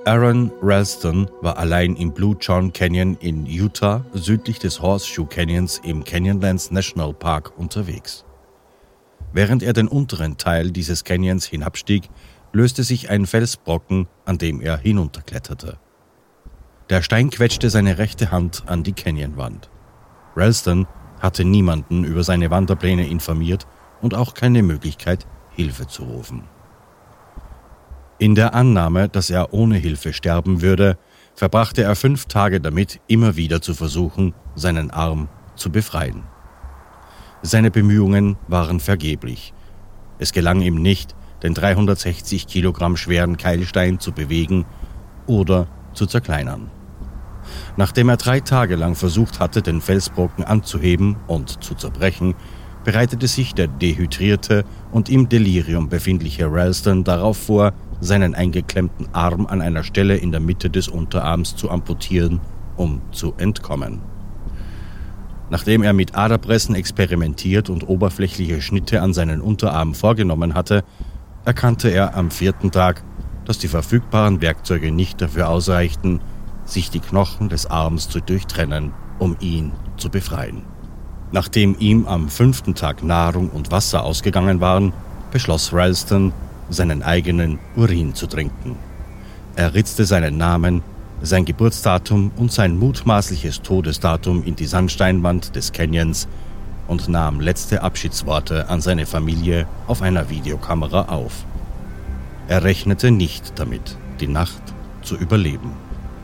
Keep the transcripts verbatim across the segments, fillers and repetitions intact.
Aaron Ralston war allein im Blue John Canyon in Utah, südlich des Horseshoe Canyons im Canyonlands National Park unterwegs. Während er den unteren Teil dieses Canyons hinabstieg, löste sich ein Felsbrocken, an dem er hinunterkletterte. Der Stein quetschte seine rechte Hand an die Canyonwand. Ralston hatte niemanden über seine Wanderpläne informiert und auch keine Möglichkeit, Hilfe zu rufen. In der Annahme, dass er ohne Hilfe sterben würde, verbrachte er fünf Tage damit, immer wieder zu versuchen, seinen Arm zu befreien. Seine Bemühungen waren vergeblich. Es gelang ihm nicht, den dreihundertsechzig Kilogramm schweren Keilstein zu bewegen oder zu zerkleinern. Nachdem er drei Tage lang versucht hatte, den Felsbrocken anzuheben und zu zerbrechen, bereitete sich der dehydrierte und im Delirium befindliche Ralston darauf vor, seinen eingeklemmten Arm an einer Stelle in der Mitte des Unterarms zu amputieren, um zu entkommen. Nachdem er mit Aderpressen experimentiert und oberflächliche Schnitte an seinen Unterarm vorgenommen hatte, erkannte er am vierten Tag, dass die verfügbaren Werkzeuge nicht dafür ausreichten, sich die Knochen des Arms zu durchtrennen, um ihn zu befreien. Nachdem ihm am fünften Tag Nahrung und Wasser ausgegangen waren, beschloss Ralston, seinen eigenen Urin zu trinken. Er ritzte seinen Namen, sein Geburtsdatum und sein mutmaßliches Todesdatum in die Sandsteinwand des Canyons und nahm letzte Abschiedsworte an seine Familie auf einer Videokamera auf. Er rechnete nicht damit, die Nacht zu überleben.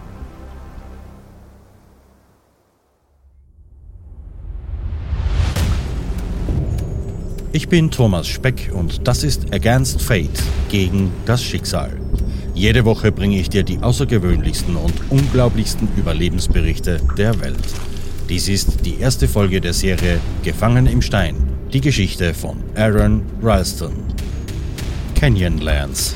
Ich bin Thomas Speck und das ist Against Fate, gegen das Schicksal. Jede Woche bringe ich dir die außergewöhnlichsten und unglaublichsten Überlebensberichte der Welt. Dies ist die erste Folge der Serie Gefangen im Stein, die Geschichte von Aaron Ralston. Canyonlands.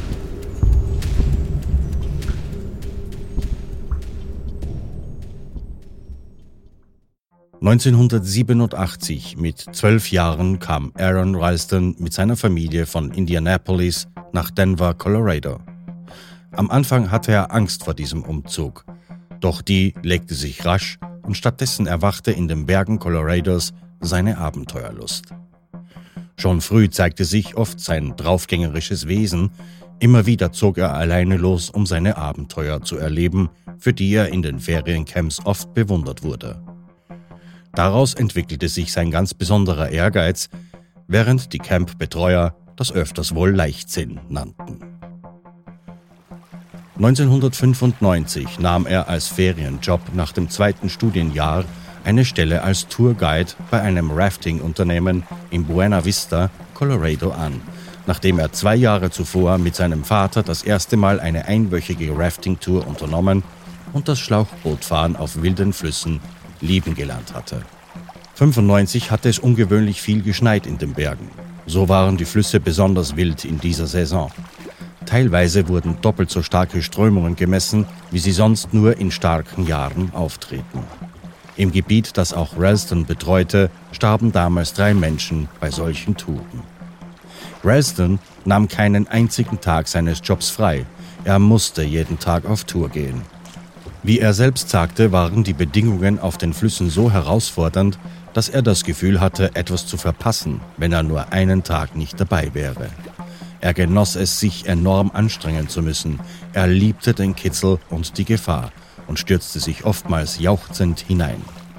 neunzehnhundertsiebenundachtzig, mit zwölf Jahren, kam Aaron Ralston mit seiner Familie von Indianapolis nach Denver, Colorado. Am Anfang hatte er Angst vor diesem Umzug, doch die legte sich rasch und stattdessen erwachte in den Bergen Colorados seine Abenteuerlust. Schon früh zeigte sich oft sein draufgängerisches Wesen, immer wieder zog er alleine los, um seine Abenteuer zu erleben, für die er in den Feriencamps oft bewundert wurde. Daraus entwickelte sich sein ganz besonderer Ehrgeiz, während die Campbetreuer das öfters wohl Leichtsinn nannten. neunzehnhundertfünfundneunzig nahm er als Ferienjob nach dem zweiten Studienjahr eine Stelle als Tourguide bei einem Rafting-Unternehmen in Buena Vista, Colorado an, nachdem er zwei Jahre zuvor mit seinem Vater das erste Mal eine einwöchige Rafting-Tour unternommen und das Schlauchbootfahren auf wilden Flüssen lieben gelernt hatte. fünfundneunzig hatte es ungewöhnlich viel geschneit in den Bergen. So waren die Flüsse besonders wild in dieser Saison. Teilweise wurden doppelt so starke Strömungen gemessen, wie sie sonst nur in starken Jahren auftreten. Im Gebiet, das auch Ralston betreute, starben damals drei Menschen bei solchen Touren. Ralston nahm keinen einzigen Tag seines Jobs frei. Er musste jeden Tag auf Tour gehen. Wie er selbst sagte, waren die Bedingungen auf den Flüssen so herausfordernd, dass er das Gefühl hatte, etwas zu verpassen, wenn er nur einen Tag nicht dabei wäre. Er genoss es, sich enorm anstrengen zu müssen. Er liebte den Kitzel und die Gefahr und stürzte sich oftmals jauchzend hinein.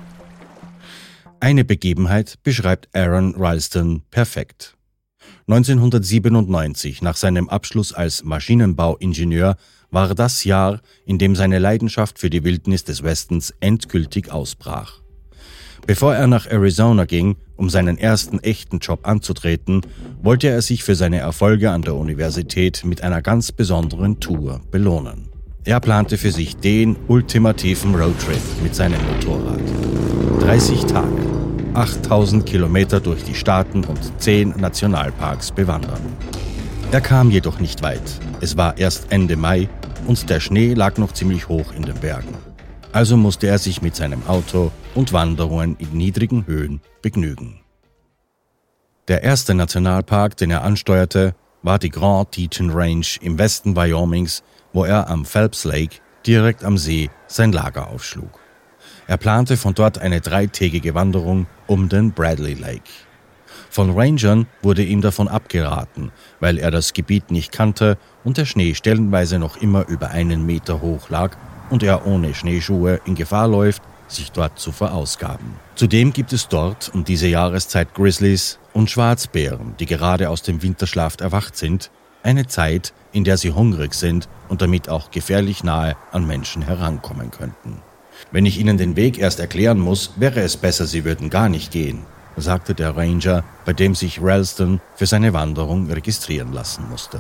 Eine Begebenheit beschreibt Aaron Ralston perfekt. neunzehnhundertsiebenundneunzig, nach seinem Abschluss als Maschinenbauingenieur, war das Jahr, in dem seine Leidenschaft für die Wildnis des Westens endgültig ausbrach. Bevor er nach Arizona ging, um seinen ersten echten Job anzutreten, wollte er sich für seine Erfolge an der Universität mit einer ganz besonderen Tour belohnen. Er plante für sich den ultimativen Roadtrip mit seinem Motorrad. dreißig Tage, achttausend Kilometer durch die Staaten und zehn Nationalparks bewandern. Er kam jedoch nicht weit. Es war erst Ende Mai und der Schnee lag noch ziemlich hoch in den Bergen. Also musste er sich mit seinem Auto und Wanderungen in niedrigen Höhen begnügen. Der erste Nationalpark, den er ansteuerte, war die Grand Teton Range im Westen Wyomings wo er am Phelps Lake, direkt am See, sein Lager aufschlug. Er plante von dort eine dreitägige Wanderung um den Bradley Lake. Von Rangern wurde ihm davon abgeraten, weil er das Gebiet nicht kannte und der Schnee stellenweise noch immer über einen Meter hoch lag und er ohne Schneeschuhe in Gefahr läuft, sich dort zu verausgaben. Zudem gibt es dort um diese Jahreszeit Grizzlies und Schwarzbären, die gerade aus dem Winterschlaf erwacht sind, eine Zeit, in der sie hungrig sind und damit auch gefährlich nahe an Menschen herankommen könnten. Wenn ich Ihnen den Weg erst erklären muss, wäre es besser, Sie würden gar nicht gehen, sagte der Ranger, bei dem sich Ralston für seine Wanderung registrieren lassen musste.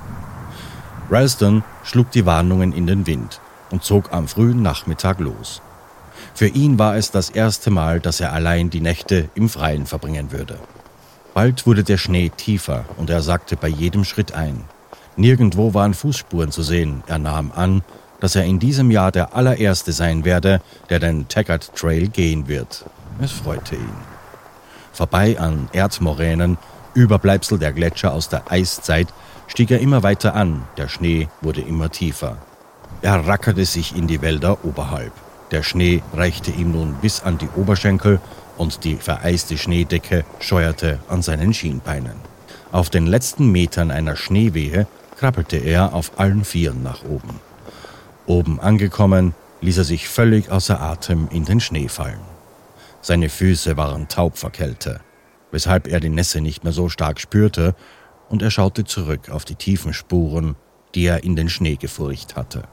Ralston schlug die Warnungen in den Wind und zog am frühen Nachmittag los. Für ihn war es das erste Mal, dass er allein die Nächte im Freien verbringen würde. Bald wurde der Schnee tiefer und er sackte bei jedem Schritt ein. Nirgendwo waren Fußspuren zu sehen. Er nahm an, dass er in diesem Jahr der allererste sein werde, der den Taggart Trail gehen wird. Es freute ihn. Vorbei an Erdmoränen, Überbleibsel der Gletscher aus der Eiszeit, stieg er immer weiter an. Der Schnee wurde immer tiefer. Er rackerte sich in die Wälder oberhalb. Der Schnee reichte ihm nun bis an die Oberschenkel und die vereiste Schneedecke scheuerte an seinen Schienbeinen. Auf den letzten Metern einer Schneewehe krabbelte er auf allen Vieren nach oben. Oben angekommen, ließ er sich völlig außer Atem in den Schnee fallen. Seine Füße waren taub vor Kälte, weshalb er die Nässe nicht mehr so stark spürte, und er schaute zurück auf die tiefen Spuren, die er in den Schnee gefurcht hatte.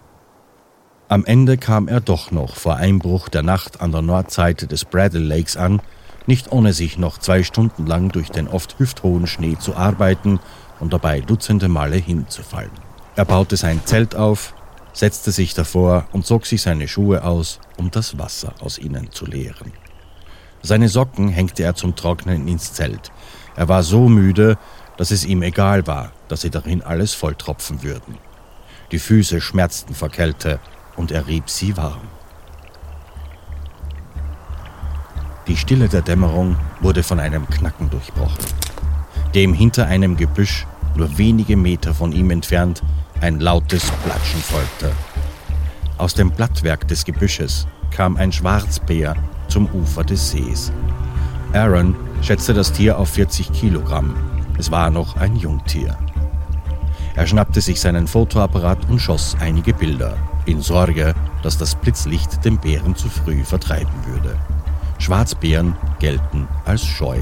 Am Ende kam er doch noch vor Einbruch der Nacht an der Nordseite des Bradley Lakes an, nicht ohne sich noch zwei Stunden lang durch den oft hüfthohen Schnee zu arbeiten und dabei dutzende Male hinzufallen. Er baute sein Zelt auf, setzte sich davor und zog sich seine Schuhe aus, um das Wasser aus ihnen zu leeren. Seine Socken hängte er zum Trocknen ins Zelt. Er war so müde, dass es ihm egal war, dass sie darin alles volltropfen würden. Die Füße schmerzten vor Kälte und er rieb sie warm. Die Stille der Dämmerung wurde von einem Knacken durchbrochen, dem hinter einem Gebüsch, nur wenige Meter von ihm entfernt, ein lautes Platschen folgte. Aus dem Blattwerk des Gebüsches kam ein Schwarzbär zum Ufer des Sees. Aaron schätzte das Tier auf vierzig Kilogramm. Es war noch ein Jungtier. Er schnappte sich seinen Fotoapparat und schoss einige Bilder, in Sorge, dass das Blitzlicht den Bären zu früh vertreiben würde. Schwarzbären gelten als scheu.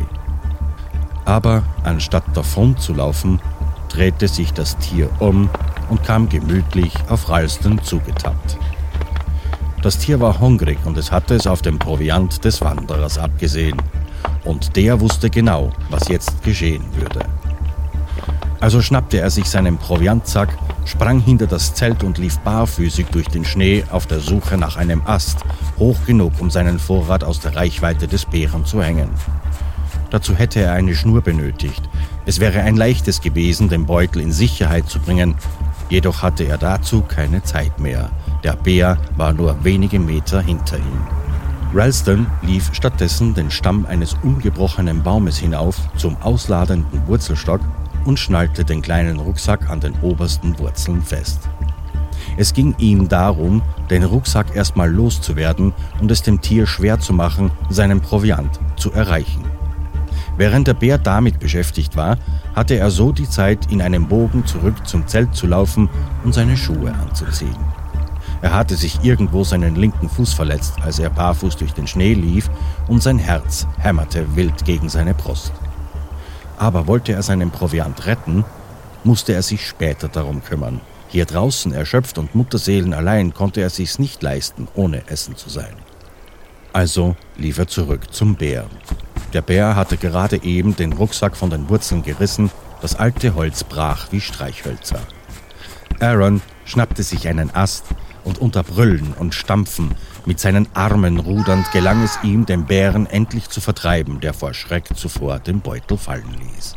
Aber anstatt davon zu laufen, drehte sich das Tier um und kam gemütlich auf Ralston zugetappt. Das Tier war hungrig und es hatte es auf dem Proviant des Wanderers abgesehen. Und der wusste genau, was jetzt geschehen würde. Also schnappte er sich seinen Proviantsack, sprang hinter das Zelt und lief barfüßig durch den Schnee auf der Suche nach einem Ast, hoch genug, um seinen Vorrat aus der Reichweite des Bären zu hängen. Dazu hätte er eine Schnur benötigt. Es wäre ein leichtes gewesen, den Beutel in Sicherheit zu bringen, jedoch hatte er dazu keine Zeit mehr. Der Bär war nur wenige Meter hinter ihm. Ralston lief stattdessen den Stamm eines ungebrochenen Baumes hinauf zum ausladenden Wurzelstock und schnallte den kleinen Rucksack an den obersten Wurzeln fest. Es ging ihm darum, den Rucksack erstmal loszuwerden und es dem Tier schwer zu machen, seinen Proviant zu erreichen. Während der Bär damit beschäftigt war, hatte er so die Zeit, in einem Bogen zurück zum Zelt zu laufen und seine Schuhe anzuziehen. Er hatte sich irgendwo seinen linken Fuß verletzt, als er barfuß durch den Schnee lief, und sein Herz hämmerte wild gegen seine Brust. Aber wollte er seinen Proviant retten, musste er sich später darum kümmern. Hier draußen, erschöpft und mutterseelenallein, konnte er sich's nicht leisten, ohne Essen zu sein. Also lief er zurück zum Bär. Der Bär hatte gerade eben den Rucksack von den Wurzeln gerissen, das alte Holz brach wie Streichhölzer. Aaron schnappte sich einen Ast und unter Brüllen und Stampfen, mit seinen Armen rudernd, gelang es ihm, den Bären endlich zu vertreiben, der vor Schreck zuvor den Beutel fallen ließ.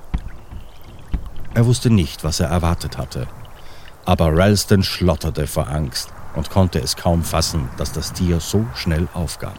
Er wusste nicht, was er erwartet hatte, aber Ralston schlotterte vor Angst und konnte es kaum fassen, dass das Tier so schnell aufgab.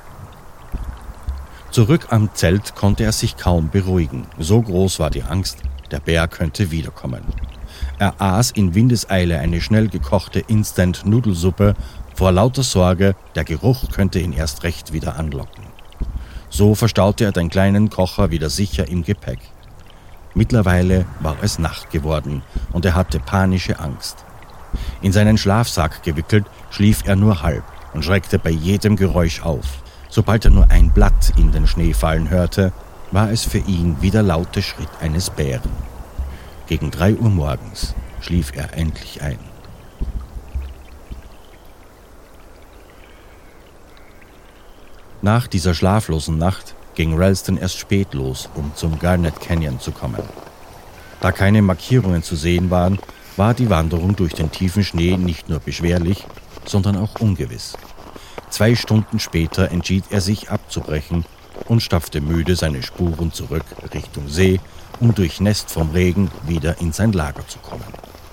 Zurück am Zelt konnte er sich kaum beruhigen. So groß war die Angst, der Bär könnte wiederkommen. Er aß in Windeseile eine schnell gekochte Instant-Nudelsuppe. Vor lauter Sorge, der Geruch könnte ihn erst recht wieder anlocken. So verstaute er den kleinen Kocher wieder sicher im Gepäck. Mittlerweile war es Nacht geworden und er hatte panische Angst. In seinen Schlafsack gewickelt, schlief er nur halb und schreckte bei jedem Geräusch auf. Sobald er nur ein Blatt in den Schnee fallen hörte, war es für ihn wie der laute Schritt eines Bären. Gegen drei Uhr morgens schlief er endlich ein. Nach dieser schlaflosen Nacht ging Ralston erst spät los, um zum Garnet Canyon zu kommen. Da keine Markierungen zu sehen waren, war die Wanderung durch den tiefen Schnee nicht nur beschwerlich, sondern auch ungewiss. Zwei Stunden später entschied er sich abzubrechen und stapfte müde seine Spuren zurück Richtung See, um durchnässt vom Regen wieder in sein Lager zu kommen.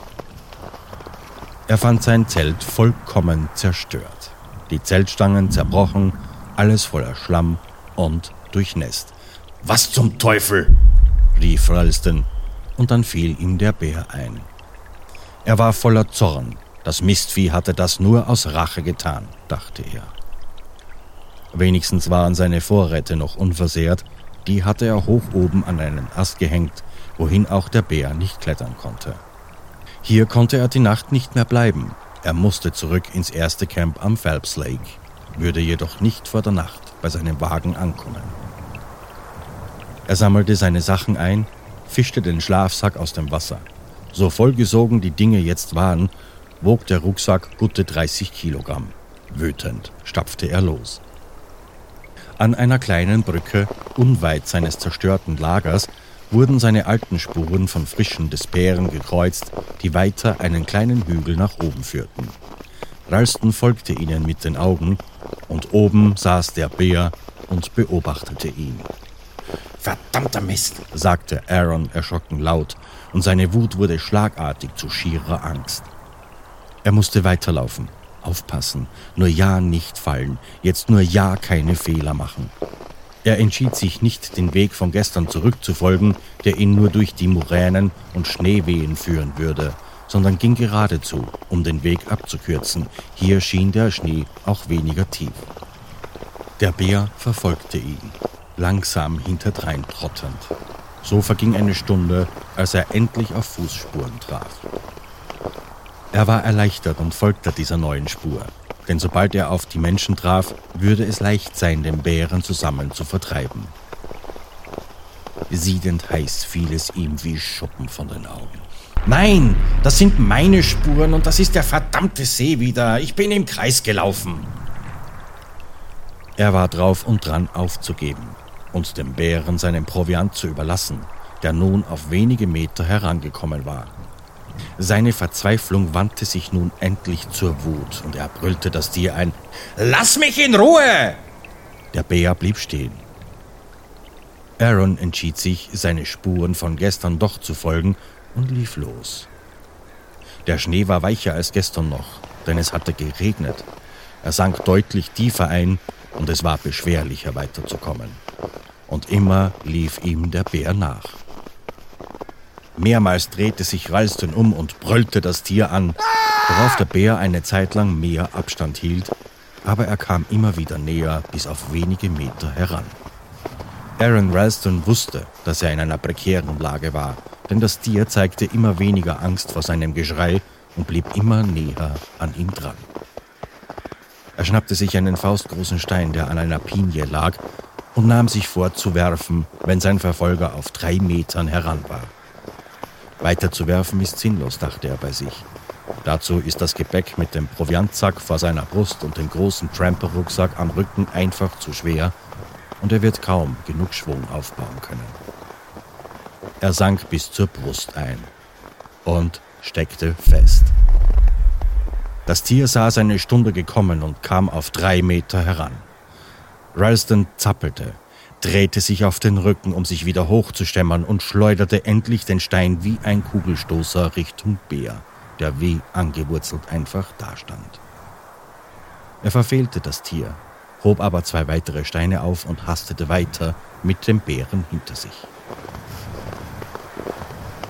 Er fand sein Zelt vollkommen zerstört. Die Zeltstangen zerbrochen, alles voller Schlamm und durchnässt. »Was zum Teufel?« rief Ralston, und dann fiel ihm der Bär ein. Er war voller Zorn. Das Mistvieh hatte das nur aus Rache getan, dachte er. Wenigstens waren seine Vorräte noch unversehrt, die hatte er hoch oben an einen Ast gehängt, wohin auch der Bär nicht klettern konnte. Hier konnte er die Nacht nicht mehr bleiben. Er musste zurück ins erste Camp am Phelps Lake, würde jedoch nicht vor der Nacht bei seinem Wagen ankommen. Er sammelte seine Sachen ein, fischte den Schlafsack aus dem Wasser. So vollgesogen die Dinge jetzt waren, wog der Rucksack gute dreißig Kilogramm. Wütend stapfte er los. An einer kleinen Brücke, unweit seines zerstörten Lagers, wurden seine alten Spuren von Frischen des Bären gekreuzt, die weiter einen kleinen Hügel nach oben führten. Ralston folgte ihnen mit den Augen, und oben saß der Bär und beobachtete ihn. »Verdammter Mist«, sagte Aaron erschrocken laut, und seine Wut wurde schlagartig zu schierer Angst. Er musste weiterlaufen, aufpassen, nur ja nicht fallen, jetzt nur ja keine Fehler machen. Er entschied sich nicht, den Weg von gestern zurückzufolgen, der ihn nur durch die Muränen und Schneewehen führen würde, sondern ging geradezu, um den Weg abzukürzen. Hier schien der Schnee auch weniger tief. Der Bär verfolgte ihn, langsam hinterdrein trottend. So verging eine Stunde, als er endlich auf Fußspuren traf. Er war erleichtert und folgte dieser neuen Spur, denn sobald er auf die Menschen traf, würde es leicht sein, den Bären zusammen zu vertreiben. Siedend heiß fiel es ihm wie Schuppen von den Augen. »Nein, das sind meine Spuren und das ist der verdammte See wieder. Ich bin im Kreis gelaufen.« Er war drauf und dran aufzugeben und dem Bären seinen Proviant zu überlassen, der nun auf wenige Meter herangekommen war. Seine Verzweiflung wandte sich nun endlich zur Wut und er brüllte das Tier ein. »Lass mich in Ruhe!« Der Bär blieb stehen. Aaron entschied sich, seine Spuren von gestern doch zu folgen und lief los. Der Schnee war weicher als gestern noch, denn es hatte geregnet. Er sank deutlich tiefer ein und es war beschwerlicher weiterzukommen. Und immer lief ihm der Bär nach. Mehrmals drehte sich Ralston um und brüllte das Tier an, worauf der Bär eine Zeit lang mehr Abstand hielt, aber er kam immer wieder näher, bis auf wenige Meter heran. Aaron Ralston wusste, dass er in einer prekären Lage war, denn das Tier zeigte immer weniger Angst vor seinem Geschrei und blieb immer näher an ihm dran. Er schnappte sich einen faustgroßen Stein, der an einer Pinie lag, und nahm sich vor zu werfen, wenn sein Verfolger auf drei Metern heran war. Weiter zu werfen ist sinnlos, dachte er bei sich. Dazu ist das Gepäck mit dem Proviantsack vor seiner Brust und dem großen Tramper-Rucksack am Rücken einfach zu schwer und er wird kaum genug Schwung aufbauen können. Er sank bis zur Brust ein und steckte fest. Das Tier sah seine Stunde gekommen und kam auf drei Meter heran. Ralston zappelte, drehte sich auf den Rücken, um sich wieder hochzustemmern und schleuderte endlich den Stein wie ein Kugelstoßer Richtung Bär, der wie angewurzelt einfach dastand. Er verfehlte das Tier, hob aber zwei weitere Steine auf und hastete weiter mit dem Bären hinter sich.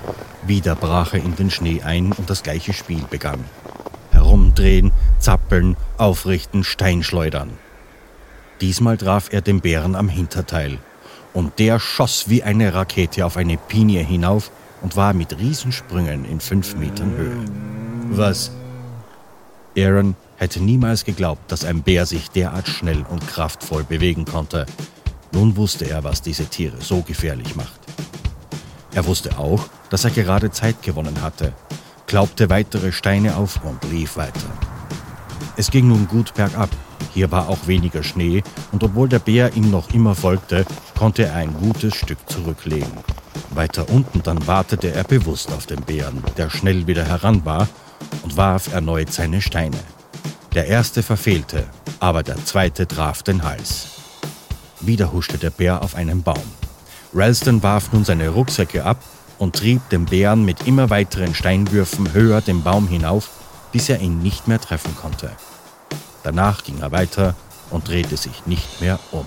Wieder brach er in den Schnee ein und das gleiche Spiel begann. Herumdrehen, zappeln, aufrichten, Steinschleudern. Diesmal traf er den Bären am Hinterteil und der schoss wie eine Rakete auf eine Pinie hinauf und war mit Riesensprüngen in fünf Metern Höhe. Was? Aaron hätte niemals geglaubt, dass ein Bär sich derart schnell und kraftvoll bewegen konnte. Nun wusste er, was diese Tiere so gefährlich macht. Er wusste auch, dass er gerade Zeit gewonnen hatte, klaubte weitere Steine auf und lief weiter. Es ging nun gut bergab, hier war auch weniger Schnee und obwohl der Bär ihm noch immer folgte, konnte er ein gutes Stück zurücklegen. Weiter unten dann wartete er bewusst auf den Bären, der schnell wieder heran war und warf erneut seine Steine. Der erste verfehlte, aber der zweite traf den Hals. Wieder huschte der Bär auf einen Baum. Ralston warf nun seine Rucksäcke ab und trieb den Bären mit immer weiteren Steinwürfen höher den Baum hinauf, bis er ihn nicht mehr treffen konnte. Danach ging er weiter und drehte sich nicht mehr um.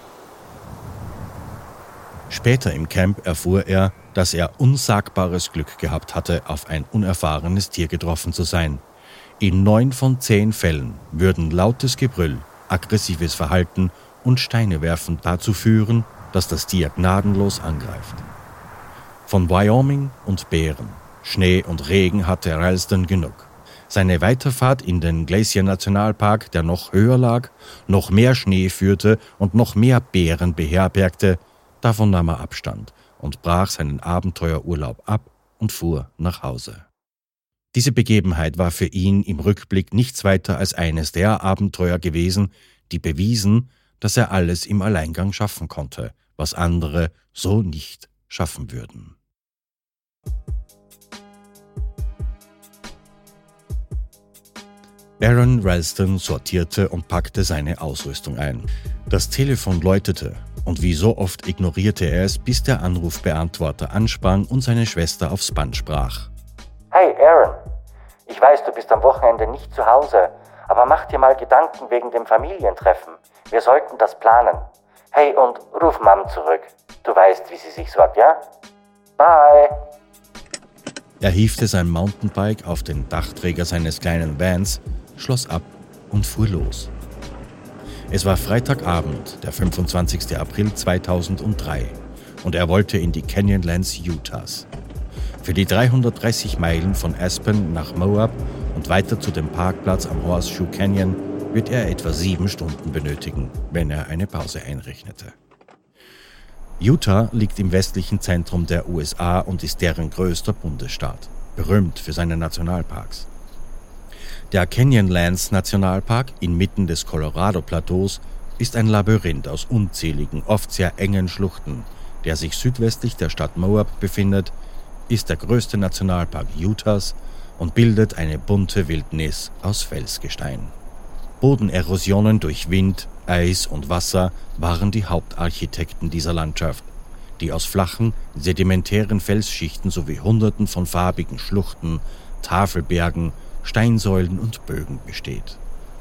Später im Camp erfuhr er, dass er unsagbares Glück gehabt hatte, auf ein unerfahrenes Tier getroffen zu sein. In neun von zehn Fällen würden lautes Gebrüll, aggressives Verhalten und Steine werfen dazu führen, dass das Tier gnadenlos angreift. Von Wyoming und Bären, Schnee und Regen hatte Ralston genug. Seine Weiterfahrt in den Glacier-Nationalpark, der noch höher lag, noch mehr Schnee führte und noch mehr Bären beherbergte, davon nahm er Abstand und brach seinen Abenteuerurlaub ab und fuhr nach Hause. Diese Begebenheit war für ihn im Rückblick nichts weiter als eines der Abenteuer gewesen, die bewiesen, dass er alles im Alleingang schaffen konnte, was andere so nicht schaffen würden. Aaron Ralston sortierte und packte seine Ausrüstung ein. Das Telefon läutete und wie so oft ignorierte er es, bis der Anrufbeantworter ansprang und seine Schwester aufs Band sprach. Hey Aaron, ich weiß, du bist am Wochenende nicht zu Hause, aber mach dir mal Gedanken wegen dem Familientreffen. Wir sollten das planen. Hey, und ruf Mom zurück. Du weißt, wie sie sich sorgt, ja? Bye! Er hiefte sein Mountainbike auf den Dachträger seines kleinen Vans, schloss ab und fuhr los. Es war Freitagabend, der fünfundzwanzigster April zweitausenddrei, und er wollte in die Canyonlands Utahs. Für die dreihundertdreißig Meilen von Aspen nach Moab und weiter zu dem Parkplatz am Horseshoe Canyon wird er etwa sieben Stunden benötigen, wenn er eine Pause einrechnete. Utah liegt im westlichen Zentrum der U S A und ist deren größter Bundesstaat, berühmt für seine Nationalparks. Der Canyonlands Nationalpark inmitten des Colorado-Plateaus ist ein Labyrinth aus unzähligen, oft sehr engen Schluchten, der sich südwestlich der Stadt Moab befindet, ist der größte Nationalpark Utahs und bildet eine bunte Wildnis aus Felsgestein. Bodenerosionen durch Wind, Eis und Wasser waren die Hauptarchitekten dieser Landschaft, die aus flachen, sedimentären Felsschichten sowie Hunderten von farbigen Schluchten, Tafelbergen, Steinsäulen und Bögen besteht.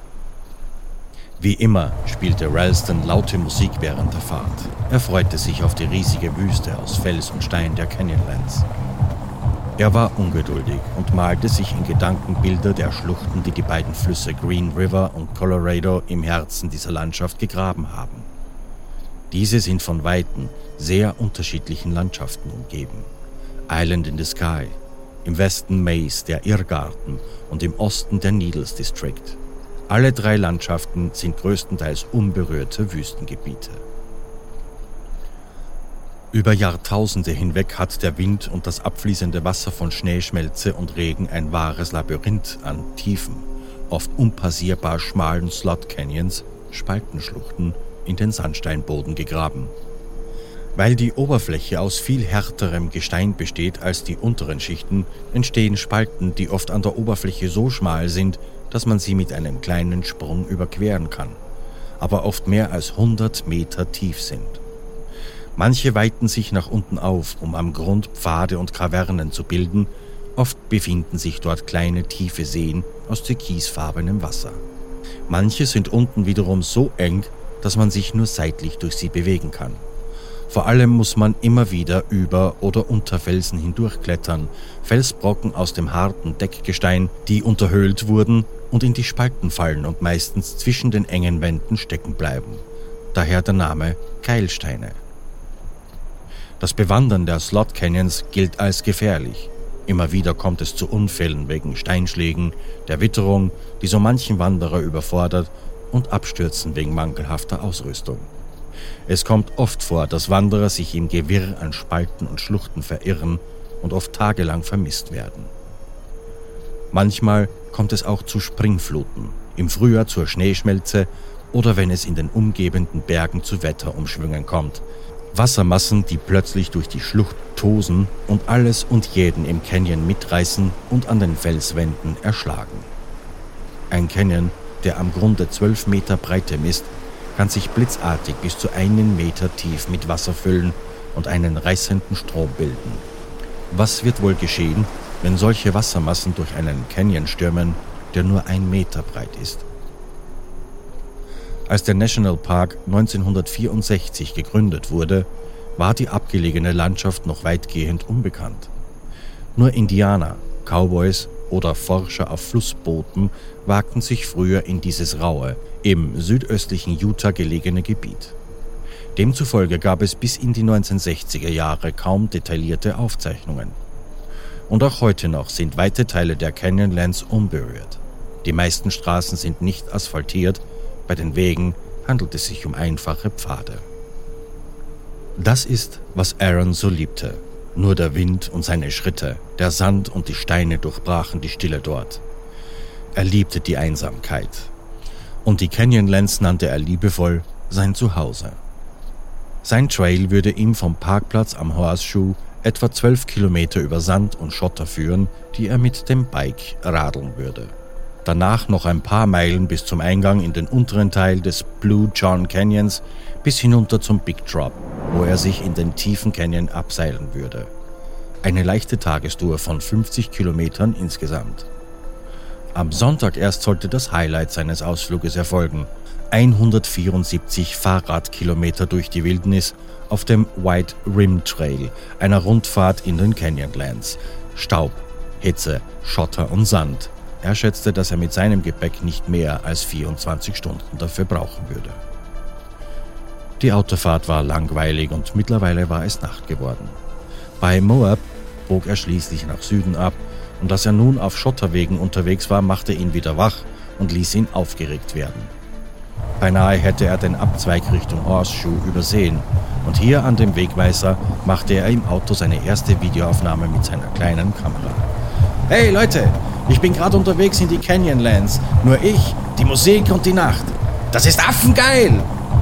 Wie immer spielte Ralston laute Musik während der Fahrt. Er freute sich auf die riesige Wüste aus Fels und Stein der Canyonlands. Er war ungeduldig und malte sich in Gedanken Bilder der Schluchten, die die beiden Flüsse Green River und Colorado im Herzen dieser Landschaft gegraben haben. Diese sind von weiten, sehr unterschiedlichen Landschaften umgeben. Island in the Sky, im Westen Maze, der Irrgarten und im Osten der Needles District. Alle drei Landschaften sind größtenteils unberührte Wüstengebiete. Über Jahrtausende hinweg hat der Wind und das abfließende Wasser von Schneeschmelze und Regen ein wahres Labyrinth an tiefen, oft unpassierbar schmalen Slot Canyons, Spaltenschluchten, in den Sandsteinboden gegraben. Weil die Oberfläche aus viel härterem Gestein besteht als die unteren Schichten, entstehen Spalten, die oft an der Oberfläche so schmal sind, dass man sie mit einem kleinen Sprung überqueren kann, aber oft mehr als hundert Meter tief sind. Manche weiten sich nach unten auf, um am Grund Pfade und Kavernen zu bilden. Oft befinden sich dort kleine tiefe Seen aus türkisfarbenem Wasser. Manche sind unten wiederum so eng, dass man sich nur seitlich durch sie bewegen kann. Vor allem muss man immer wieder über oder unter Felsen hindurchklettern, Felsbrocken aus dem harten Deckgestein, die unterhöhlt wurden und in die Spalten fallen und meistens zwischen den engen Wänden stecken bleiben. Daher der Name Keilsteine. Das Bewandern der Slot Canyons gilt als gefährlich. Immer wieder kommt es zu Unfällen wegen Steinschlägen, der Witterung, die so manchen Wanderer überfordert, und Abstürzen wegen mangelhafter Ausrüstung. Es kommt oft vor, dass Wanderer sich im Gewirr an Spalten und Schluchten verirren und oft tagelang vermisst werden. Manchmal kommt es auch zu Springfluten, im Frühjahr zur Schneeschmelze oder wenn es in den umgebenden Bergen zu Wetterumschwüngen kommt. Wassermassen, die plötzlich durch die Schlucht tosen und alles und jeden im Canyon mitreißen und an den Felswänden erschlagen. Ein Canyon, der am Grunde zwölf Meter Breite misst, kann sich blitzartig bis zu einen Meter tief mit Wasser füllen und einen reißenden Strom bilden. Was wird wohl geschehen, wenn solche Wassermassen durch einen Canyon stürmen, der nur ein Meter breit ist? Als der Nationalpark neunzehnhundertvierundsechzig gegründet wurde, war die abgelegene Landschaft noch weitgehend unbekannt. Nur Indianer, Cowboys oder Forscher auf Flussbooten wagten sich früher in dieses raue, im südöstlichen Utah gelegene Gebiet. Demzufolge gab es bis in die neunzehnhundertsechziger Jahre kaum detaillierte Aufzeichnungen. Und auch heute noch sind weite Teile der Canyonlands unberührt. Die meisten Straßen sind nicht asphaltiert, bei den Wegen handelt es sich um einfache Pfade. Das ist, was Aaron so liebte. Nur der Wind und seine Schritte, der Sand und die Steine durchbrachen die Stille dort. Er liebte die Einsamkeit. Und die Canyonlands nannte er liebevoll sein Zuhause. Sein Trail würde ihm vom Parkplatz am Horseshoe etwa zwölf Kilometer über Sand und Schotter führen, die er mit dem Bike radeln würde. Danach noch ein paar Meilen bis zum Eingang in den unteren Teil des Blue John Canyons bis hinunter zum Big Drop, wo er sich in den tiefen Canyon abseilen würde. Eine leichte Tagestour von fünfzig Kilometern insgesamt. Am Sonntag erst sollte das Highlight seines Ausfluges erfolgen. hundertvierundsiebzig Fahrradkilometer durch die Wildnis auf dem White Rim Trail, einer Rundfahrt in den Canyonlands. Staub, Hitze, Schotter und Sand. Er schätzte, dass er mit seinem Gepäck nicht mehr als vierundzwanzig Stunden dafür brauchen würde. Die Autofahrt war langweilig und mittlerweile war es Nacht geworden. Bei Moab bog er schließlich nach Süden ab und dass er nun auf Schotterwegen unterwegs war, machte ihn wieder wach und ließ ihn aufgeregt werden. Beinahe hätte er den Abzweig Richtung Horseshoe übersehen und hier an dem Wegweiser machte er im Auto seine erste Videoaufnahme mit seiner kleinen Kamera. Hey Leute, ich bin gerade unterwegs in die Canyonlands. Nur ich, die Musik und die Nacht. Das ist affengeil!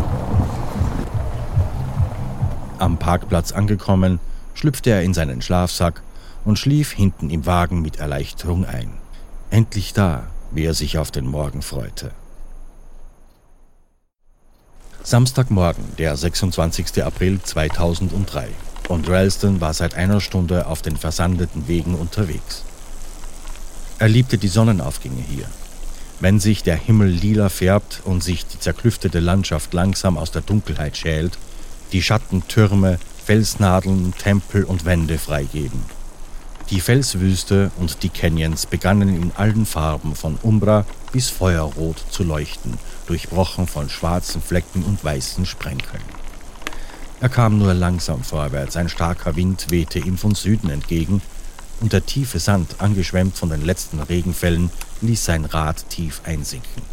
Am Parkplatz angekommen, schlüpfte er in seinen Schlafsack und schlief hinten im Wagen mit Erleichterung ein. Endlich da, wie er sich auf den Morgen freute. Samstagmorgen, der sechsundzwanzigster April zweitausenddrei, und Ralston war seit einer Stunde auf den versandeten Wegen unterwegs. Er liebte die Sonnenaufgänge hier. Wenn sich der Himmel lila färbt und sich die zerklüftete Landschaft langsam aus der Dunkelheit schält, die Schatten Türme, Felsnadeln, Tempel und Wände freigeben. Die Felswüste und die Canyons begannen in allen Farben von Umbra bis Feuerrot zu leuchten, durchbrochen von schwarzen Flecken und weißen Sprenkeln. Er kam nur langsam vorwärts, ein starker Wind wehte ihm von Süden entgegen und der tiefe Sand, angeschwemmt von den letzten Regenfällen, ließ sein Rad tief einsinken.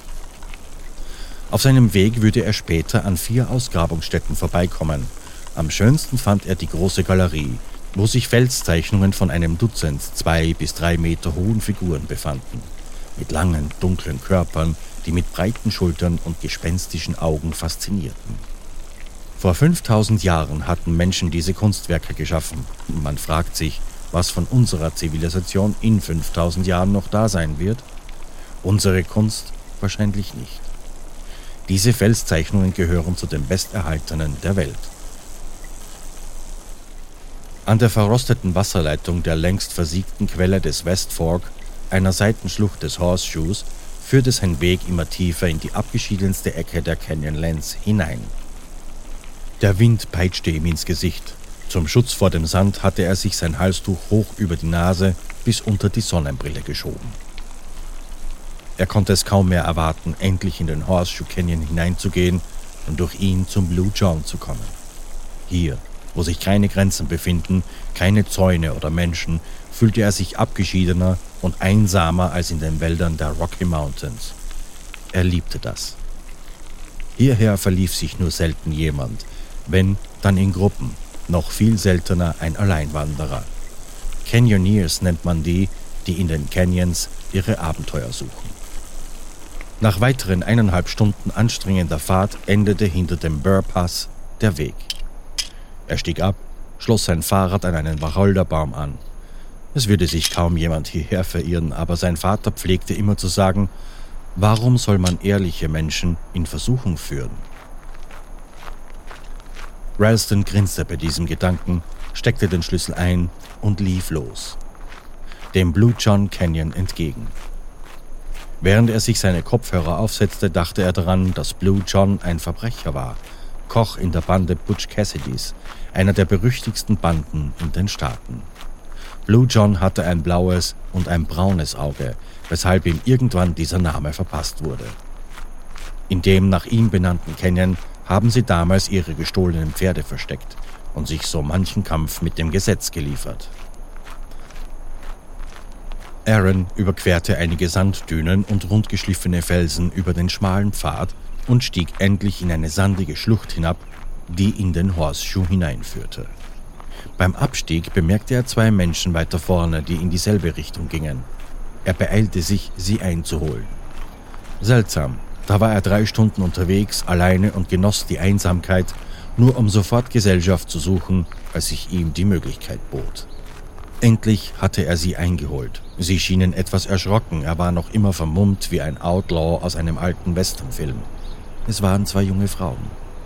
Auf seinem Weg würde er später an vier Ausgrabungsstätten vorbeikommen. Am schönsten fand er die große Galerie, wo sich Felszeichnungen von einem Dutzend zwei bis drei Meter hohen Figuren befanden, mit langen, dunklen Körpern, die mit breiten Schultern und gespenstischen Augen faszinierten. Vor fünftausend Jahren hatten Menschen diese Kunstwerke geschaffen. Man fragt sich, was von unserer Zivilisation in fünftausend Jahren noch da sein wird. Unsere Kunst wahrscheinlich nicht. Diese Felszeichnungen gehören zu den besterhaltenen der Welt. An der verrosteten Wasserleitung der längst versiegten Quelle des West Fork, einer Seitenschlucht des Horseshoes, führte sein Weg immer tiefer in die abgeschiedenste Ecke der Canyonlands hinein. Der Wind peitschte ihm ins Gesicht. Zum Schutz vor dem Sand hatte er sich sein Halstuch hoch über die Nase bis unter die Sonnenbrille geschoben. Er konnte es kaum mehr erwarten, endlich in den Horseshoe Canyon hineinzugehen und durch ihn zum Blue John zu kommen. Hier, wo sich keine Grenzen befinden, keine Zäune oder Menschen, fühlte er sich abgeschiedener und einsamer als in den Wäldern der Rocky Mountains. Er liebte das. Hierher verlief sich nur selten jemand, wenn, dann in Gruppen, noch viel seltener ein Alleinwanderer. Canyoneers nennt man die, die in den Canyons ihre Abenteuer suchen. Nach weiteren eineinhalb Stunden anstrengender Fahrt endete hinter dem Burr Pass der Weg. Er stieg ab, schloss sein Fahrrad an einen Wacholderbaum an. Es würde sich kaum jemand hierher verirren, aber sein Vater pflegte immer zu sagen, warum soll man ehrliche Menschen in Versuchung führen? Ralston grinste bei diesem Gedanken, steckte den Schlüssel ein und lief los, dem Blue John Canyon entgegen. Während er sich seine Kopfhörer aufsetzte, dachte er daran, dass Blue John ein Verbrecher war, Koch in der Bande Butch Cassidys, einer der berüchtigsten Banden in den Staaten. Blue John hatte ein blaues und ein braunes Auge, weshalb ihm irgendwann dieser Name verpasst wurde. In dem nach ihm benannten Canyon haben sie damals ihre gestohlenen Pferde versteckt und sich so manchen Kampf mit dem Gesetz geliefert. Aaron überquerte einige Sanddünen und rundgeschliffene Felsen über den schmalen Pfad und stieg endlich in eine sandige Schlucht hinab, die in den Horseshoe hineinführte. Beim Abstieg bemerkte er zwei Menschen weiter vorne, die in dieselbe Richtung gingen. Er beeilte sich, sie einzuholen. Seltsam, da war er drei Stunden unterwegs, alleine und genoss die Einsamkeit, nur um sofort Gesellschaft zu suchen, als sich ihm die Möglichkeit bot. Endlich hatte er sie eingeholt. Sie schienen etwas erschrocken, er war noch immer vermummt wie ein Outlaw aus einem alten Westernfilm. Es waren zwei junge Frauen.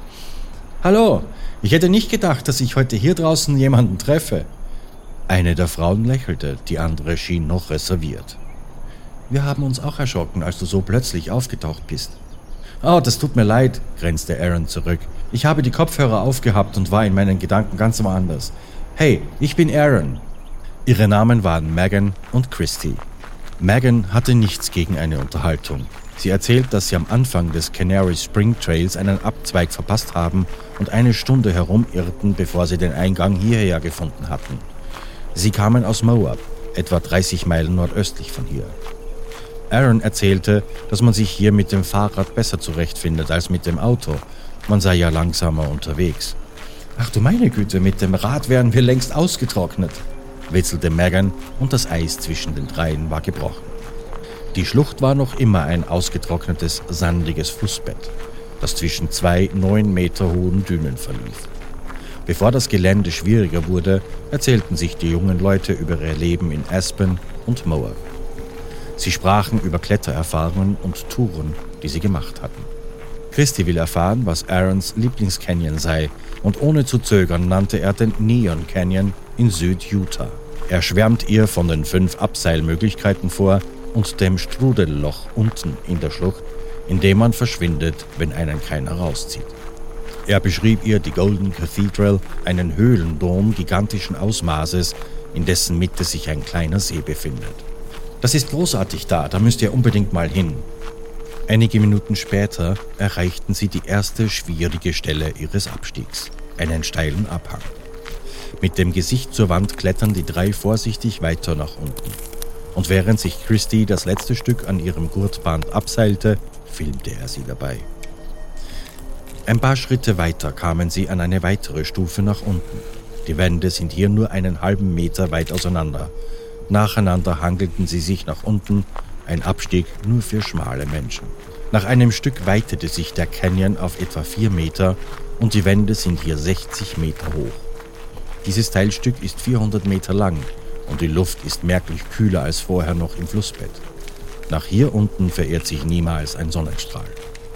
»Hallo, ich hätte nicht gedacht, dass ich heute hier draußen jemanden treffe.« Eine der Frauen lächelte, die andere schien noch reserviert. »Wir haben uns auch erschrocken, als du so plötzlich aufgetaucht bist.« »Oh, das tut mir leid«, grenzte Aaron zurück. »Ich habe die Kopfhörer aufgehabt und war in meinen Gedanken ganz woanders. Hey, ich bin Aaron.« Ihre Namen waren Megan und Christy. Megan hatte nichts gegen eine Unterhaltung. Sie erzählt, dass sie am Anfang des Canary Spring Trails einen Abzweig verpasst haben und eine Stunde herumirrten, bevor sie den Eingang hierher gefunden hatten. Sie kamen aus Moab, etwa dreißig Meilen nordöstlich von hier. Aaron erzählte, dass man sich hier mit dem Fahrrad besser zurechtfindet als mit dem Auto. Man sei ja langsamer unterwegs. »Ach du meine Güte, mit dem Rad wären wir längst ausgetrocknet«, witzelte Megan und das Eis zwischen den dreien war gebrochen. Die Schlucht war noch immer ein ausgetrocknetes, sandiges Flussbett, das zwischen zwei neun Meter hohen Dünen verlief. Bevor das Gelände schwieriger wurde, erzählten sich die jungen Leute über ihr Leben in Aspen und Moab. Sie sprachen über Klettererfahrungen und Touren, die sie gemacht hatten. Christy will erfahren, was Aarons Lieblingscanyon sei, und ohne zu zögern nannte er den Neon Canyon in Süd-Utah. Er schwärmt ihr von den fünf Abseilmöglichkeiten vor und dem Strudelloch unten in der Schlucht, in dem man verschwindet, wenn einen keiner rauszieht. Er beschrieb ihr die Golden Cathedral, einen Höhlendom gigantischen Ausmaßes, in dessen Mitte sich ein kleiner See befindet. »Das ist großartig da, da müsst ihr unbedingt mal hin.« Einige Minuten später erreichten sie die erste schwierige Stelle ihres Abstiegs, einen steilen Abhang. Mit dem Gesicht zur Wand klettern die drei vorsichtig weiter nach unten. Und während sich Christy das letzte Stück an ihrem Gurtband abseilte, filmte er sie dabei. Ein paar Schritte weiter kamen sie an eine weitere Stufe nach unten. Die Wände sind hier nur einen halben Meter weit auseinander. Nacheinander hangelten sie sich nach unten, ein Abstieg nur für schmale Menschen. Nach einem Stück weitete sich der Canyon auf etwa vier Meter und die Wände sind hier sechzig Meter hoch. Dieses Teilstück ist vierhundert Meter lang und die Luft ist merklich kühler als vorher noch im Flussbett. Nach hier unten verirrt sich niemals ein Sonnenstrahl.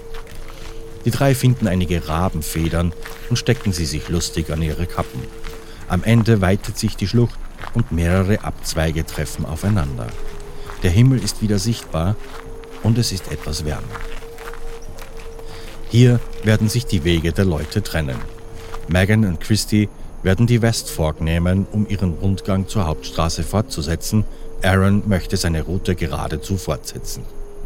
Die drei finden einige Rabenfedern und stecken sie sich lustig an ihre Kappen. Am Ende weitet sich die Schlucht und mehrere Abzweige treffen aufeinander. Der Himmel ist wieder sichtbar und es ist etwas wärmer. Hier werden sich die Wege der Leute trennen. Megan und Christy werden die West Fork nehmen, um ihren Rundgang zur Hauptstraße fortzusetzen. Aaron möchte seine Route geradezu fortsetzen.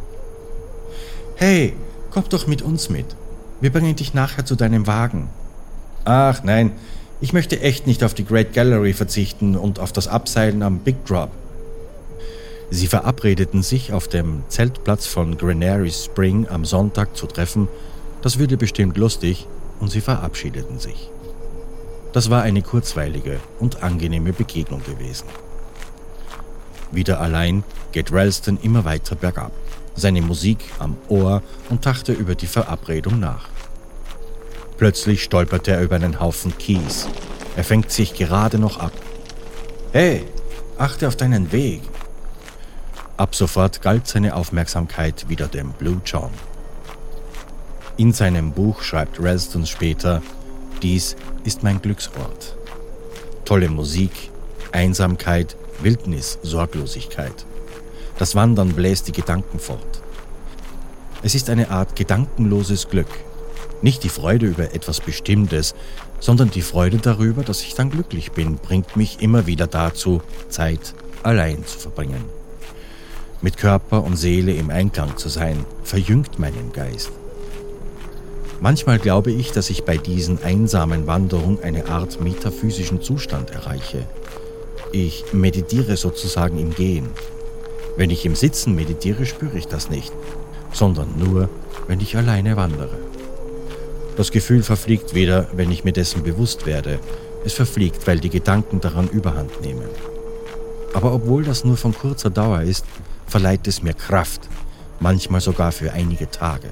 »Hey, komm doch mit uns mit. Wir bringen dich nachher zu deinem Wagen.« »Ach nein, ich möchte echt nicht auf die Great Gallery verzichten und auf das Abseilen am Big Drop.« Sie verabredeten sich auf dem Zeltplatz von Granary Spring am Sonntag zu treffen. Das würde bestimmt lustig, und sie verabschiedeten sich. Das war eine kurzweilige und angenehme Begegnung gewesen. Wieder allein geht Ralston immer weiter bergab, seine Musik am Ohr und dachte über die Verabredung nach. Plötzlich stolpert er über einen Haufen Kies. Er fängt sich gerade noch ab. »Hey, achte auf deinen Weg!« Ab sofort galt seine Aufmerksamkeit wieder dem Blue John. In seinem Buch schreibt Ralston später: »Dies ist mein Glücksort. Tolle Musik, Einsamkeit, Wildnis, Sorglosigkeit. Das Wandern bläst die Gedanken fort. Es ist eine Art gedankenloses Glück. Nicht die Freude über etwas Bestimmtes, sondern die Freude darüber, dass ich dann glücklich bin, bringt mich immer wieder dazu, Zeit allein zu verbringen. Mit Körper und Seele im Einklang zu sein, verjüngt meinen Geist. Manchmal glaube ich, dass ich bei diesen einsamen Wanderungen eine Art metaphysischen Zustand erreiche. Ich meditiere sozusagen im Gehen. Wenn ich im Sitzen meditiere, spüre ich das nicht, sondern nur, wenn ich alleine wandere. Das Gefühl verfliegt weder, wenn ich mir dessen bewusst werde, es verfliegt, weil die Gedanken daran Überhand nehmen. Aber obwohl das nur von kurzer Dauer ist, verleiht es mir Kraft, manchmal sogar für einige Tage.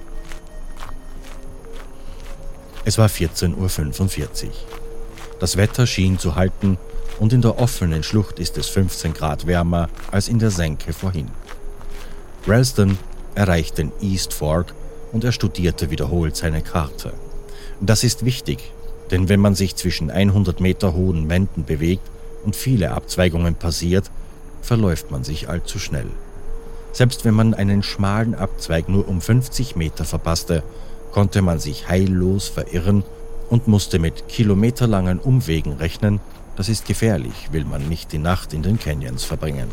Es war vierzehn Uhr fünfundvierzig. Das Wetter schien zu halten und in der offenen Schlucht ist es fünfzehn Grad wärmer als in der Senke vorhin. Ralston erreicht den East Fork und er studierte wiederholt seine Karte. Das ist wichtig, denn wenn man sich zwischen hundert Meter hohen Wänden bewegt und viele Abzweigungen passiert, verläuft man sich allzu schnell. Selbst wenn man einen schmalen Abzweig nur um fünfzig Meter verpasste, konnte man sich heillos verirren und musste mit kilometerlangen Umwegen rechnen. Das ist gefährlich, will man nicht die Nacht in den Canyons verbringen.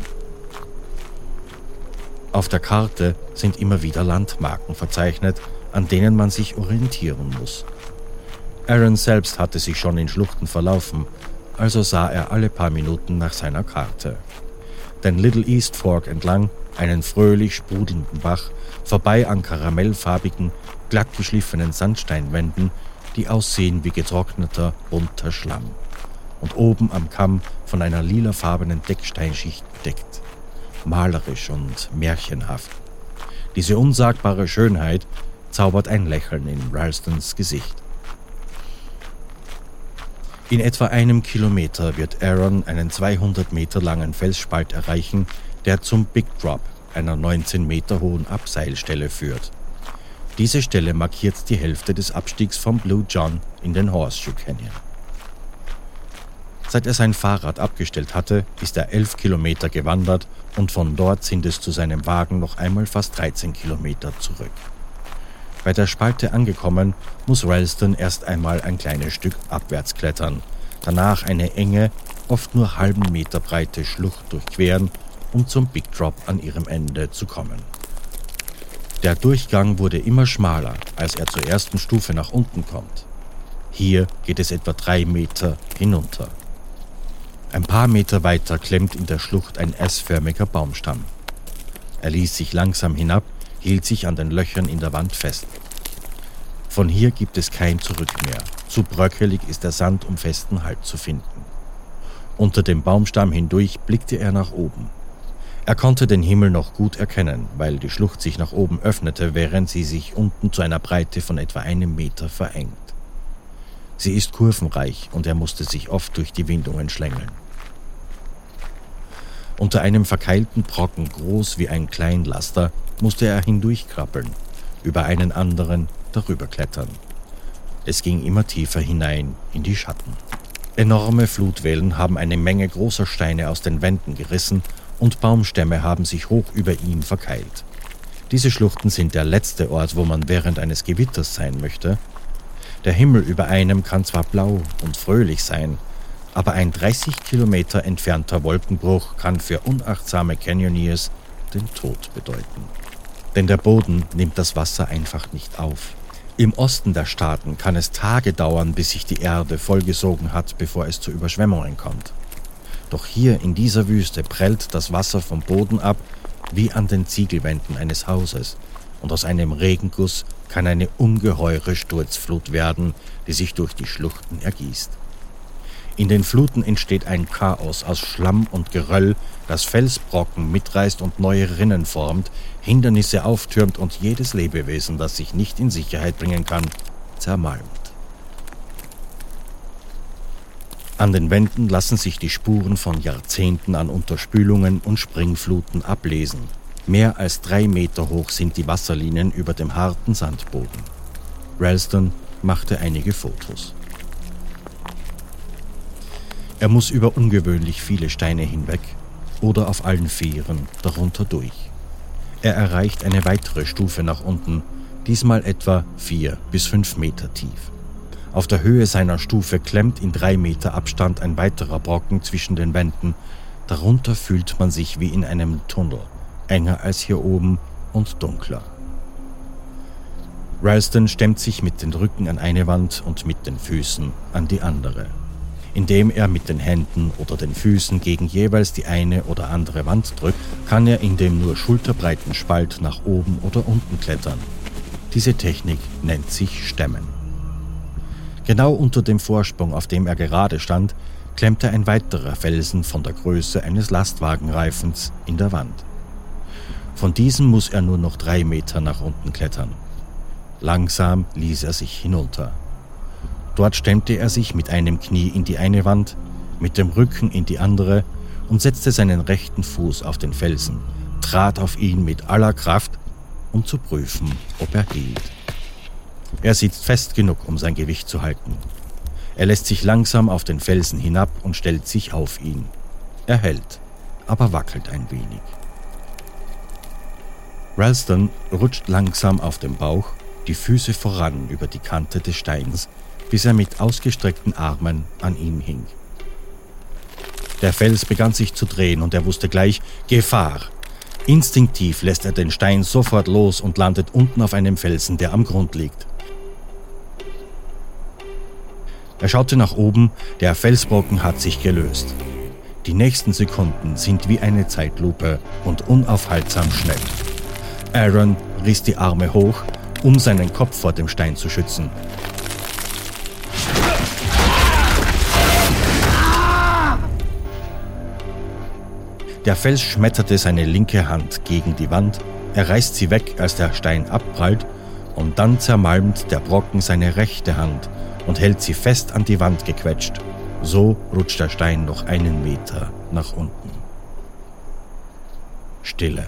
Auf der Karte sind immer wieder Landmarken verzeichnet, an denen man sich orientieren muss. Aaron selbst hatte sich schon in Schluchten verlaufen, also sah er alle paar Minuten nach seiner Karte. Den Little East Fork entlang, einen fröhlich sprudelnden Bach, vorbei an karamellfarbigen, glattgeschliffenen Sandsteinwänden, die aussehen wie getrockneter, bunter Schlamm, und oben am Kamm von einer lilafarbenen Decksteinschicht bedeckt. Malerisch und märchenhaft. Diese unsagbare Schönheit zaubert ein Lächeln in Ralstons Gesicht. In etwa einem Kilometer wird Aaron einen zweihundert Meter langen Felsspalt erreichen, der zum Big Drop, einer neunzehn Meter hohen Abseilstelle, führt. Diese Stelle markiert die Hälfte des Abstiegs vom Blue John in den Horseshoe Canyon. Seit er sein Fahrrad abgestellt hatte, ist er elf Kilometer gewandert und von dort sind es zu seinem Wagen noch einmal fast dreizehn Kilometer zurück. Bei der Spalte angekommen, muss Ralston erst einmal ein kleines Stück abwärts klettern, danach eine enge, oft nur halben Meter breite Schlucht durchqueren, um zum Big Drop an ihrem Ende zu kommen. Der Durchgang wurde immer schmaler, als er zur ersten Stufe nach unten kommt. Hier geht es etwa drei Meter hinunter. Ein paar Meter weiter klemmt in der Schlucht ein S-förmiger Baumstamm. Er ließ sich langsam hinab, hielt sich an den Löchern in der Wand fest. Von hier gibt es kein Zurück mehr. Zu bröckelig ist der Sand, um festen Halt zu finden. Unter dem Baumstamm hindurch blickte er nach oben. Er konnte den Himmel noch gut erkennen, weil die Schlucht sich nach oben öffnete, während sie sich unten zu einer Breite von etwa einem Meter verengt. Sie ist kurvenreich und er musste sich oft durch die Windungen schlängeln. Unter einem verkeilten Brocken, groß wie ein Kleinlaster, musste er hindurchkrabbeln, über einen anderen darüber klettern. Es ging immer tiefer hinein in die Schatten. Enorme Flutwellen haben eine Menge großer Steine aus den Wänden gerissen und Baumstämme haben sich hoch über ihm verkeilt. Diese Schluchten sind der letzte Ort, wo man während eines Gewitters sein möchte. Der Himmel über einem kann zwar blau und fröhlich sein, aber ein dreißig Kilometer entfernter Wolkenbruch kann für unachtsame Canyoneers den Tod bedeuten. Denn der Boden nimmt das Wasser einfach nicht auf. Im Osten der Staaten kann es Tage dauern, bis sich die Erde vollgesogen hat, bevor es zu Überschwemmungen kommt. Doch hier in dieser Wüste prellt das Wasser vom Boden ab, wie an den Ziegelwänden eines Hauses, und aus einem Regenguss kann eine ungeheure Sturzflut werden, die sich durch die Schluchten ergießt. In den Fluten entsteht ein Chaos aus Schlamm und Geröll, das Felsbrocken mitreißt und neue Rinnen formt, Hindernisse auftürmt und jedes Lebewesen, das sich nicht in Sicherheit bringen kann, zermalmt. An den Wänden lassen sich die Spuren von Jahrzehnten an Unterspülungen und Springfluten ablesen. Mehr als drei Meter hoch sind die Wasserlinien über dem harten Sandboden. Ralston machte einige Fotos. Er muss über ungewöhnlich viele Steine hinweg oder auf allen Vieren darunter durch. Er erreicht eine weitere Stufe nach unten, diesmal etwa vier bis fünf Meter tief. Auf der Höhe seiner Stufe klemmt in drei Meter Abstand ein weiterer Brocken zwischen den Wänden. Darunter fühlt man sich wie in einem Tunnel, enger als hier oben und dunkler. Ralston stemmt sich mit den Rücken an eine Wand und mit den Füßen an die andere. Indem er mit den Händen oder den Füßen gegen jeweils die eine oder andere Wand drückt, kann er in dem nur schulterbreiten Spalt nach oben oder unten klettern. Diese Technik nennt sich Stemmen. Genau unter dem Vorsprung, auf dem er gerade stand, klemmte ein weiterer Felsen von der Größe eines Lastwagenreifens in der Wand. Von diesem muss er nur noch drei Meter nach unten klettern. Langsam ließ er sich hinunter. Dort stemmte er sich mit einem Knie in die eine Wand, mit dem Rücken in die andere und setzte seinen rechten Fuß auf den Felsen, trat auf ihn mit aller Kraft, um zu prüfen, ob er hielt. Er sitzt fest genug, um sein Gewicht zu halten. Er lässt sich langsam auf den Felsen hinab und stellt sich auf ihn. Er hält, aber wackelt ein wenig. Ralston rutscht langsam auf dem Bauch, die Füße voran über die Kante des Steins, bis er mit ausgestreckten Armen an ihm hing. Der Fels begann sich zu drehen und er wusste gleich, Gefahr! Instinktiv lässt er den Stein sofort los und landet unten auf einem Felsen, der am Grund liegt. Er schaute nach oben, der Felsbrocken hat sich gelöst. Die nächsten Sekunden sind wie eine Zeitlupe und unaufhaltsam schnell. Aaron riss die Arme hoch, um seinen Kopf vor dem Stein zu schützen. Der Fels schmetterte seine linke Hand gegen die Wand, er reißt sie weg, als der Stein abprallt, und dann zermalmt der Brocken seine rechte Hand und hält sie fest an die Wand gequetscht. So rutscht der Stein noch einen Meter nach unten. Stille.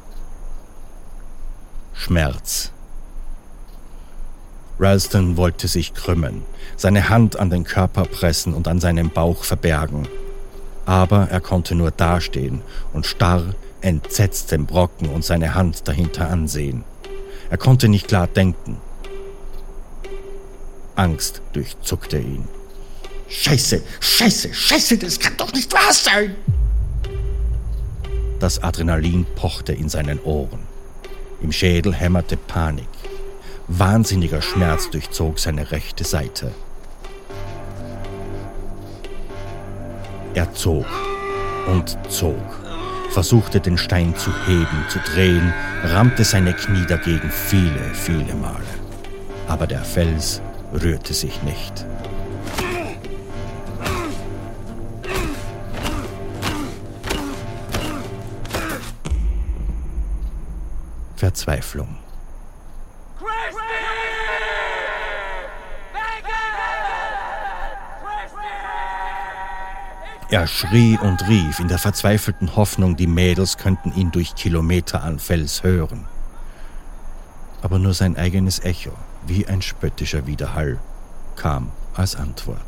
Schmerz. Ralston wollte sich krümmen, seine Hand an den Körper pressen und an seinem Bauch verbergen. Aber er konnte nur dastehen und starr, entsetzt den Brocken und seine Hand dahinter ansehen. Er konnte nicht klar denken. Angst durchzuckte ihn. Scheiße, Scheiße, Scheiße, das kann doch nicht wahr sein! Das Adrenalin pochte in seinen Ohren. Im Schädel hämmerte Panik. Wahnsinniger Schmerz durchzog seine rechte Seite. Er zog und zog, versuchte den Stein zu heben, zu drehen, rammte seine Knie dagegen viele, viele Male. Aber der Fels rührte sich nicht. Verzweiflung. Er schrie und rief in der verzweifelten Hoffnung, die Mädels könnten ihn durch Kilometer an Fels hören. Aber nur sein eigenes Echo, wie ein spöttischer Widerhall, kam als Antwort.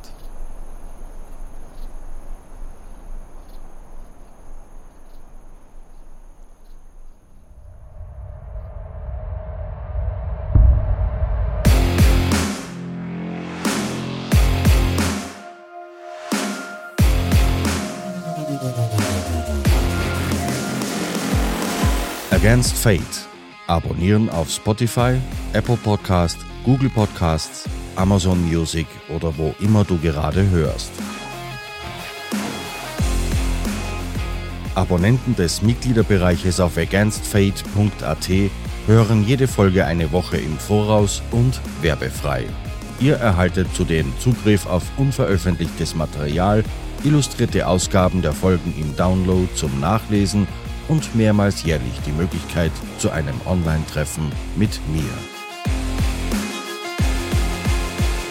Against Fate. Abonnieren auf Spotify, Apple Podcast, Google Podcasts, Amazon Music oder wo immer du gerade hörst. Abonnenten des Mitgliederbereiches auf against fate punkt a t hören jede Folge eine Woche im Voraus und werbefrei. Ihr erhaltet zudem Zugriff auf unveröffentlichtes Material, illustrierte Ausgaben der Folgen im Download zum Nachlesen und mehrmals jährlich die Möglichkeit zu einem Online-Treffen mit mir.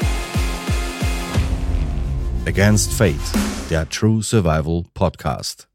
Against Fate, der True Survival Podcast.